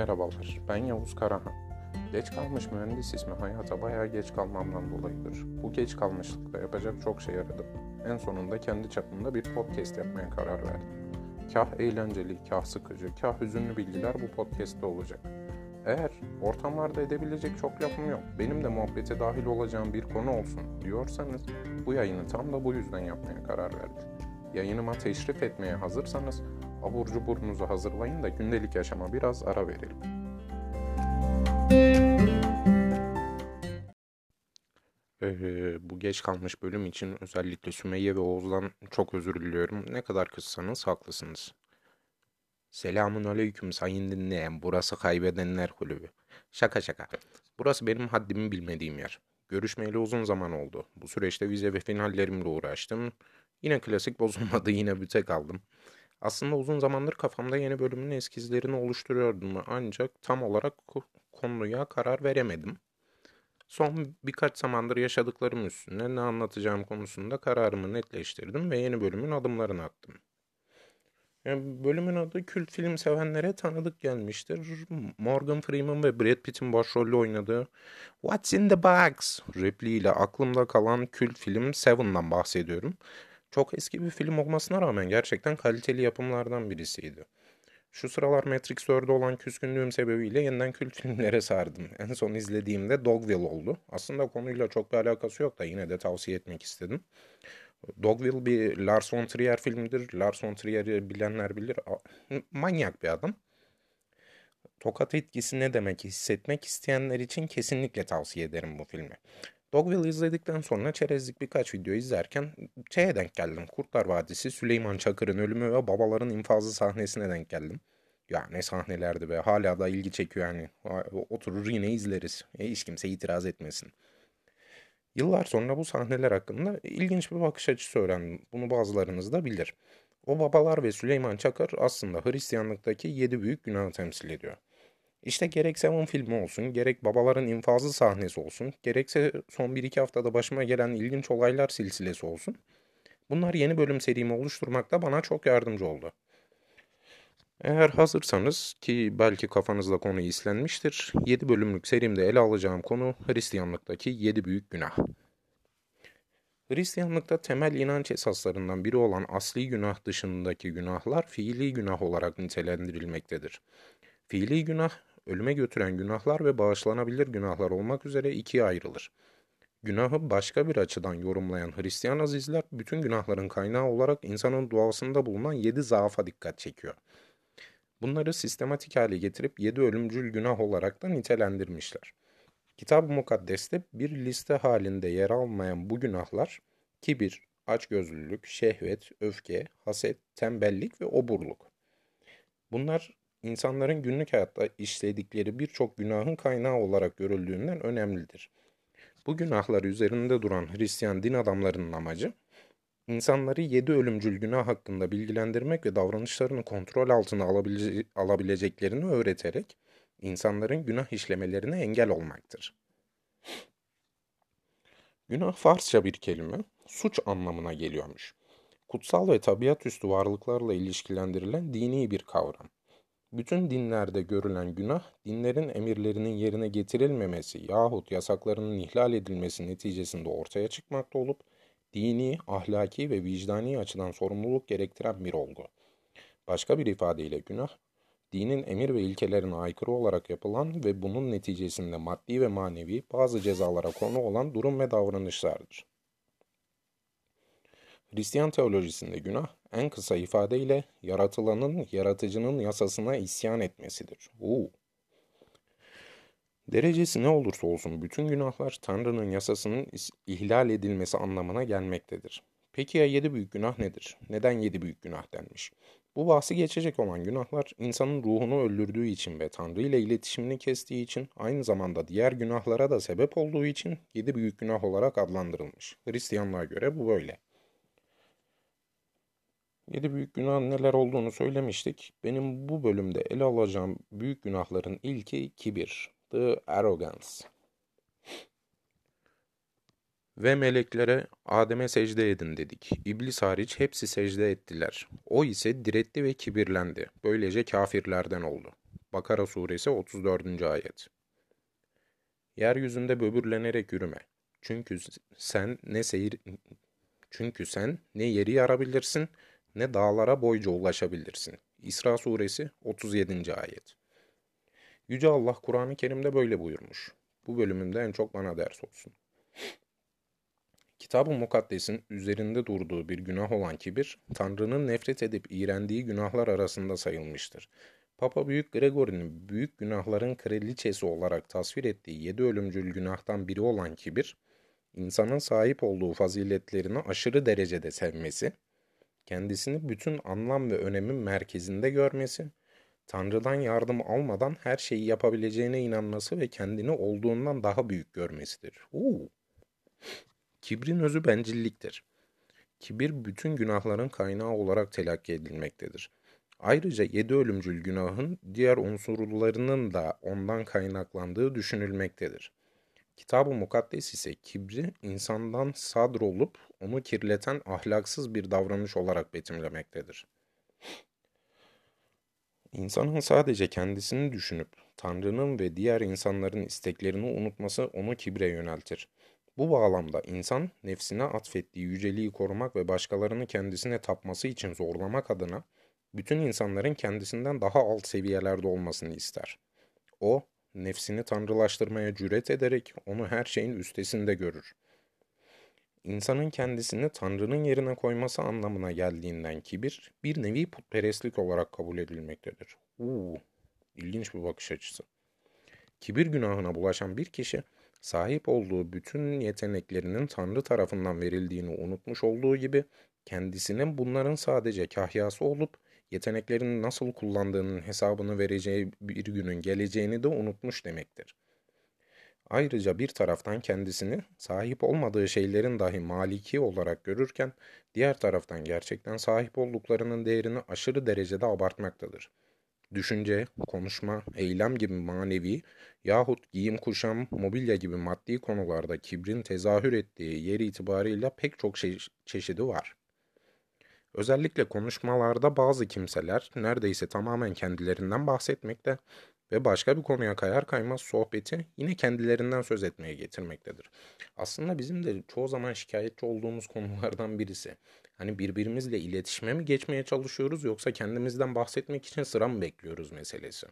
Merhabalar, ben Yavuz Karahan. Geç kalmış mühendis ismi hayata bayağı geç kalmamdan dolayıdır. Bu geç kalmışlıkta yapacak çok şey aradım. En sonunda kendi çapımda bir podcast yapmaya karar verdim. Kah eğlenceli, kah sıkıcı, kah hüzünlü bilgiler bu podcast'te olacak. Eğer ortamlarda edebilecek çok lafım yok, benim de muhabbete dahil olacağım bir konu olsun diyorsanız bu yayını tam da bu yüzden yapmaya karar verdim. Yayınıma teşrif etmeye hazırsanız abur cuburunuzu hazırlayın da gündelik yaşama biraz ara verelim. Bu geç kalmış bölüm için özellikle Sümeyye ve Oğuz'dan çok özür diliyorum. Ne kadar kızsanız haklısınız. Selamun aleyküm sayın dinleyen. Burası Kaybedenler Kulübü. Şaka şaka. Burası benim haddimi bilmediğim yer. Görüşmeyeli uzun zaman oldu. Bu süreçte vize ve finallerimle uğraştım. Yine klasik bozulmadı, yine büte kaldım. Aslında uzun zamandır kafamda yeni bölümün eskizlerini oluşturuyordum ancak tam olarak konuya karar veremedim. Son birkaç zamandır yaşadıklarım üstüne ne anlatacağım konusunda kararımı netleştirdim ve yeni bölümün adımlarını attım. Yani bölümün adı kült film sevenlere tanıdık gelmiştir. Morgan Freeman ve Brad Pitt'in başrolü oynadığı "What's in the box" repliğiyle aklımda kalan kült film Seven'dan bahsediyorum. Çok eski bir film olmasına rağmen gerçekten kaliteli yapımlardan birisiydi. Şu sıralar Matrix 4'e olan küskünlüğüm sebebiyle yeniden kült filmlere sardım. En son izlediğimde Dogville oldu. Aslında konuyla çok bir alakası yok da yine de tavsiye etmek istedim. Dogville bir Lars von Trier filmidir. Lars von Trier'i bilenler bilir. Manyak bir adam. Tokat etkisi ne demek hissetmek isteyenler için kesinlikle tavsiye ederim bu filmi. Dogville izledikten sonra çerezlik birkaç video izlerken şeye denk geldim. Kurtlar Vadisi, Süleyman Çakır'ın ölümü ve babaların infazı sahnesine denk geldim. Ya ne sahnelerdi be. Hala da ilgi çekiyor yani. Oturur yine izleriz. Hiç kimse itiraz etmesin. Yıllar sonra bu sahneler hakkında ilginç bir bakış açısı öğrendim. Bunu bazılarınız da bilir. O babalar ve Süleyman Çakır aslında Hristiyanlıktaki 7 büyük günahı temsil ediyor. İşte gerek Seven filmi olsun, gerek babaların infazı sahnesi olsun, gerekse son bir iki haftada başıma gelen ilginç olaylar silsilesi olsun. Bunlar yeni bölüm serimi oluşturmakta bana çok yardımcı oldu. Eğer hazırsanız ki belki kafanızda konu izlenmiştir, 7 bölümlük serimde ele alacağım konu Hristiyanlıktaki 7 büyük günah. Hristiyanlıkta temel inanç esaslarından biri olan asli günah dışındaki günahlar fiili günah olarak nitelendirilmektedir. Fiili günah, ölüme götüren günahlar ve bağışlanabilir günahlar olmak üzere ikiye ayrılır. Günahı başka bir açıdan yorumlayan Hristiyan azizler, bütün günahların kaynağı olarak insanın doğasında bulunan 7 zaafa dikkat çekiyor. Bunları sistematik hale getirip 7 ölümcül günah olarak da nitelendirmişler. Kitab-ı Mukaddes'te bir liste halinde yer almayan bu günahlar, kibir, açgözlülük, şehvet, öfke, haset, tembellik ve oburluk. Bunlar insanların günlük hayatta işledikleri birçok günahın kaynağı olarak görüldüğünden önemlidir. Bu günahlar üzerinde duran Hristiyan din adamlarının amacı, insanları 7 ölümcül günah hakkında bilgilendirmek ve davranışlarını kontrol altına alabileceklerini öğreterek, insanların günah işlemelerine engel olmaktır. Günah Farsça bir kelime, suç anlamına geliyormuş. Kutsal ve tabiatüstü varlıklarla ilişkilendirilen dini bir kavram. Bütün dinlerde görülen günah, dinlerin emirlerinin yerine getirilmemesi yahut yasaklarının ihlal edilmesi neticesinde ortaya çıkmakta olup, dini, ahlaki ve vicdani açıdan sorumluluk gerektiren bir olgu. Başka bir ifadeyle günah, dinin emir ve ilkelerine aykırı olarak yapılan ve bunun neticesinde maddi ve manevi bazı cezalara konu olan durum ve davranışlardır. Hristiyan teolojisinde günah, en kısa ifadeyle yaratılanın, yaratıcının yasasına isyan etmesidir. Derecesi ne olursa olsun bütün günahlar Tanrı'nın yasasının ihlal edilmesi anlamına gelmektedir. Peki ya 7 büyük günah nedir? Neden 7 büyük günah denmiş? Bu bahsi geçecek olan günahlar, insanın ruhunu öldürdüğü için ve Tanrı ile iletişimini kestiği için, aynı zamanda diğer günahlara da sebep olduğu için 7 büyük günah olarak adlandırılmış. Hristiyanlığa göre bu böyle. 7 büyük günahın neler olduğunu söylemiştik. Benim bu bölümde ele alacağım büyük günahların ilki kibir, the arrogance. Ve meleklere Adem'e secde edin dedik. İblis hariç hepsi secde ettiler. O ise diretti ve kibirlendi. Böylece kafirlerden oldu. Bakara suresi 34. ayet. Yeryüzünde böbürlenerek yürüme. Çünkü sen ne seyir çünkü sen ne yeri yarabilirsin ne dağlara boyca ulaşabilirsin. İsra suresi 37. ayet. Yüce Allah Kur'an-ı Kerim'de böyle buyurmuş. Bu bölümünde en çok bana ders olsun. Kitab-ı Mukaddes'in üzerinde durduğu bir günah olan kibir, Tanrı'nın nefret edip iğrendiği günahlar arasında sayılmıştır. Papa Büyük Gregory'nin büyük günahların kraliçesi olarak tasvir ettiği 7 ölümcül günahtan biri olan kibir, insanın sahip olduğu faziletlerini aşırı derecede sevmesi, kendisini bütün anlam ve önemin merkezinde görmesi, Tanrı'dan yardım almadan her şeyi yapabileceğine inanması ve kendini olduğundan daha büyük görmesidir. Kibrin özü bencilliktir. Kibir bütün günahların kaynağı olarak telakki edilmektedir. Ayrıca 7 ölümcül günahın diğer unsurlarının da ondan kaynaklandığı düşünülmektedir. Kitab-ı Mukaddes ise kibri insandan sadr olup onu kirleten ahlaksız bir davranış olarak betimlemektedir. İnsanın sadece kendisini düşünüp Tanrı'nın ve diğer insanların isteklerini unutması onu kibre yöneltir. Bu bağlamda insan nefsine atfettiği yüceliği korumak ve başkalarını kendisine tapması için zorlamak adına bütün insanların kendisinden daha alt seviyelerde olmasını ister. O, nefsini tanrılaştırmaya cüret ederek onu her şeyin üstesinde görür. İnsanın kendisini Tanrı'nın yerine koyması anlamına geldiğinden kibir, bir nevi putperestlik olarak kabul edilmektedir. İlginç bir bakış açısı. Kibir günahına bulaşan bir kişi, sahip olduğu bütün yeteneklerinin Tanrı tarafından verildiğini unutmuş olduğu gibi, kendisinin bunların sadece kahyası olup, yeteneklerini nasıl kullandığının hesabını vereceği bir günün geleceğini de unutmuş demektir. Ayrıca bir taraftan kendisini sahip olmadığı şeylerin dahi maliki olarak görürken, diğer taraftan gerçekten sahip olduklarının değerini aşırı derecede abartmaktadır. Düşünce, konuşma, eylem gibi manevi yahut giyim kuşam, mobilya gibi maddi konularda kibrin tezahür ettiği yer itibarıyla pek çok çeşidi var. Özellikle konuşmalarda bazı kimseler neredeyse tamamen kendilerinden bahsetmekte ve başka bir konuya kayar kaymaz sohbeti yine kendilerinden söz etmeye getirmektedir. Aslında bizim de çoğu zaman şikayetçi olduğumuz konulardan birisi. Hani birbirimizle iletişime mi geçmeye çalışıyoruz yoksa kendimizden bahsetmek için sıra mı bekliyoruz meselesi.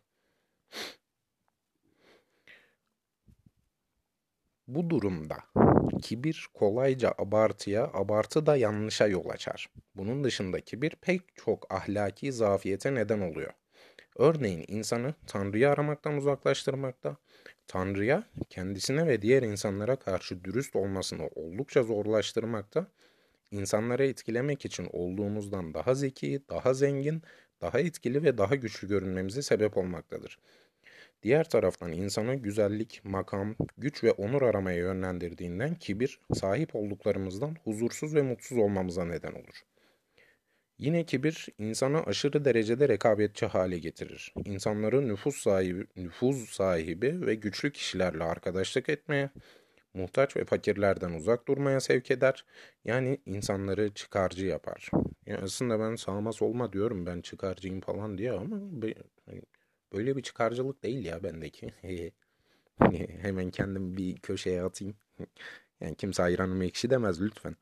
Bu durumda kibir kolayca abartıya, abartı da yanlışa yol açar. Bunun dışında kibir pek çok ahlaki zafiyete neden oluyor. Örneğin insanı Tanrı'yı aramaktan uzaklaştırmakta, Tanrı'ya kendisine ve diğer insanlara karşı dürüst olmasını oldukça zorlaştırmakta, insanları etkilemek için olduğumuzdan daha zeki, daha zengin, daha etkili ve daha güçlü görünmemize sebep olmaktadır. Diğer taraftan insanı güzellik, makam, güç ve onur aramaya yönlendirdiğinden kibir, sahip olduklarımızdan huzursuz ve mutsuz olmamıza neden olur. Yine kibir, insanı aşırı derecede rekabetçi hale getirir. İnsanları nüfuz sahibi ve güçlü kişilerle arkadaşlık etmeye, muhtaç ve fakirlerden uzak durmaya sevk eder. Yani insanları çıkarcı yapar. Yani aslında ben sağma solma diyorum ben çıkarcıyım falan diye ama hani böyle bir çıkarcılık değil ya bendeki. Hemen kendimi bir köşeye atayım. Yani kimse ayranım ekşi demez lütfen.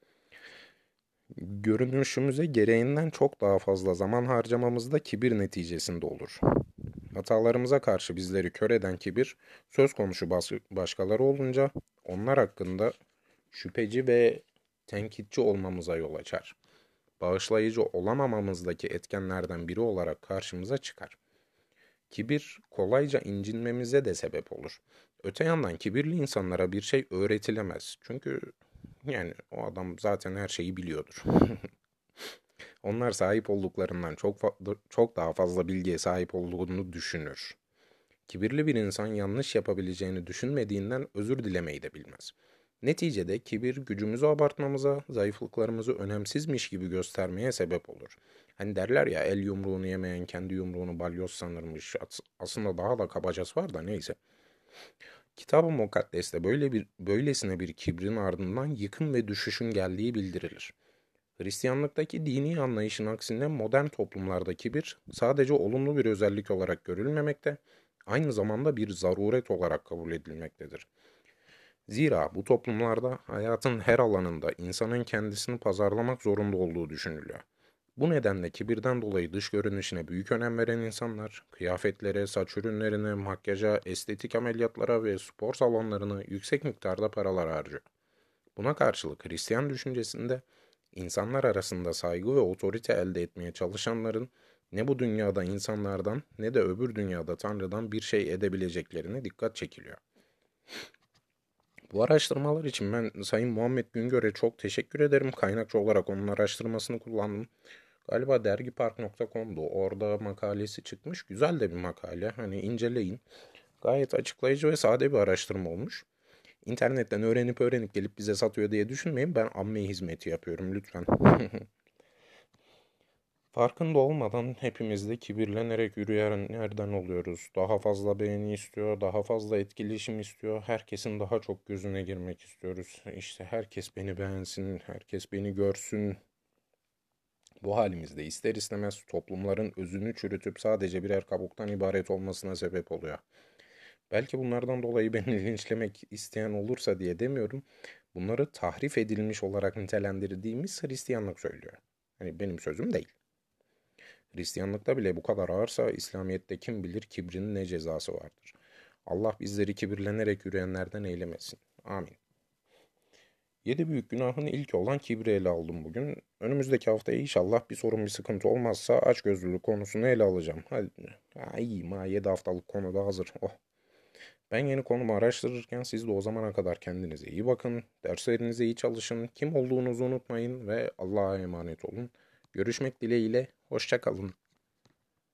Görünüşümüze gereğinden çok daha fazla zaman harcamamız da kibir neticesinde olur. Hatalarımıza karşı bizleri kör eden kibir, söz konusu başkaları olunca onlar hakkında şüpheci ve tenkitçi olmamıza yol açar. Bağışlayıcı olamamamızdaki etkenlerden biri olarak karşımıza çıkar. Kibir kolayca incinmemize de sebep olur. Öte yandan kibirli insanlara bir şey öğretilemez. Çünkü yani o adam zaten her şeyi biliyordur. Onlar sahip olduklarından çok daha fazla bilgiye sahip olduğunu düşünür. Kibirli bir insan yanlış yapabileceğini düşünmediğinden özür dilemeyi de bilmez. Neticede kibir gücümüzü abartmamıza, zayıflıklarımızı önemsizmiş gibi göstermeye sebep olur. Hani derler ya el yumruğunu yemeyen kendi yumruğunu balyoz sanırmış. Aslında daha da kabacası var da neyse. Kitab-ı Mukaddes'te böylesine bir kibrin ardından yıkım ve düşüşün geldiği bildirilir. Hristiyanlıktaki dini anlayışın aksine modern toplumlarda kibir sadece olumlu bir özellik olarak görülmemekte, aynı zamanda bir zaruret olarak kabul edilmektedir. Zira bu toplumlarda hayatın her alanında insanın kendisini pazarlamak zorunda olduğu düşünülüyor. Bu nedenle kibirden dolayı dış görünüşüne büyük önem veren insanlar, kıyafetlere, saç ürünlerine, makyaja, estetik ameliyatlara ve spor salonlarına yüksek miktarda paralar harcıyor. Buna karşılık Hristiyan düşüncesinde insanlar arasında saygı ve otorite elde etmeye çalışanların ne bu dünyada insanlardan ne de öbür dünyada Tanrı'dan bir şey edebileceklerine dikkat çekiliyor. Bu araştırmalar için ben Sayın Muhammed Güngör'e çok teşekkür ederim. Kaynakçı olarak onun araştırmasını kullandım. Galiba dergipark.com'du. Orada makalesi çıkmış. Güzel de bir makale. Hani inceleyin. Gayet açıklayıcı ve sade bir araştırma olmuş. İnternetten öğrenip gelip bize satıyor diye düşünmeyin. Ben amme hizmeti yapıyorum lütfen. Farkında olmadan hepimiz de kibirlenerek yürüyenlerden oluyoruz. Daha fazla beğeni istiyor, daha fazla etkileşim istiyor. Herkesin daha çok gözüne girmek istiyoruz. İşte herkes beni beğensin, herkes beni görsün. Bu halimizde ister istemez toplumların özünü çürütüp sadece birer kabuktan ibaret olmasına sebep oluyor. Belki bunlardan dolayı beni linçlemek isteyen olursa diye demiyorum. Bunları tahrif edilmiş olarak nitelendirdiğimiz Hristiyanlık söylüyor. Hani benim sözüm değil. Hristiyanlıkta bile bu kadar ağırsa İslamiyet'te kim bilir kibrin ne cezası vardır. Allah bizleri kibirlenerek yürüyenlerden eylemesin. Amin. 7 büyük günahın ilki olan kibri ele aldım bugün. Önümüzdeki haftaya inşallah bir sorun bir sıkıntı olmazsa açgözlülük konusunu ele alacağım. Hadi. Ha, iyiyim ha 7 haftalık konu da hazır. Oh. Ben yeni konumu araştırırken siz de o zamana kadar kendinize iyi bakın. Derslerinize iyi çalışın. Kim olduğunuzu unutmayın ve Allah'a emanet olun. Görüşmek dileğiyle. Hoşça kalın.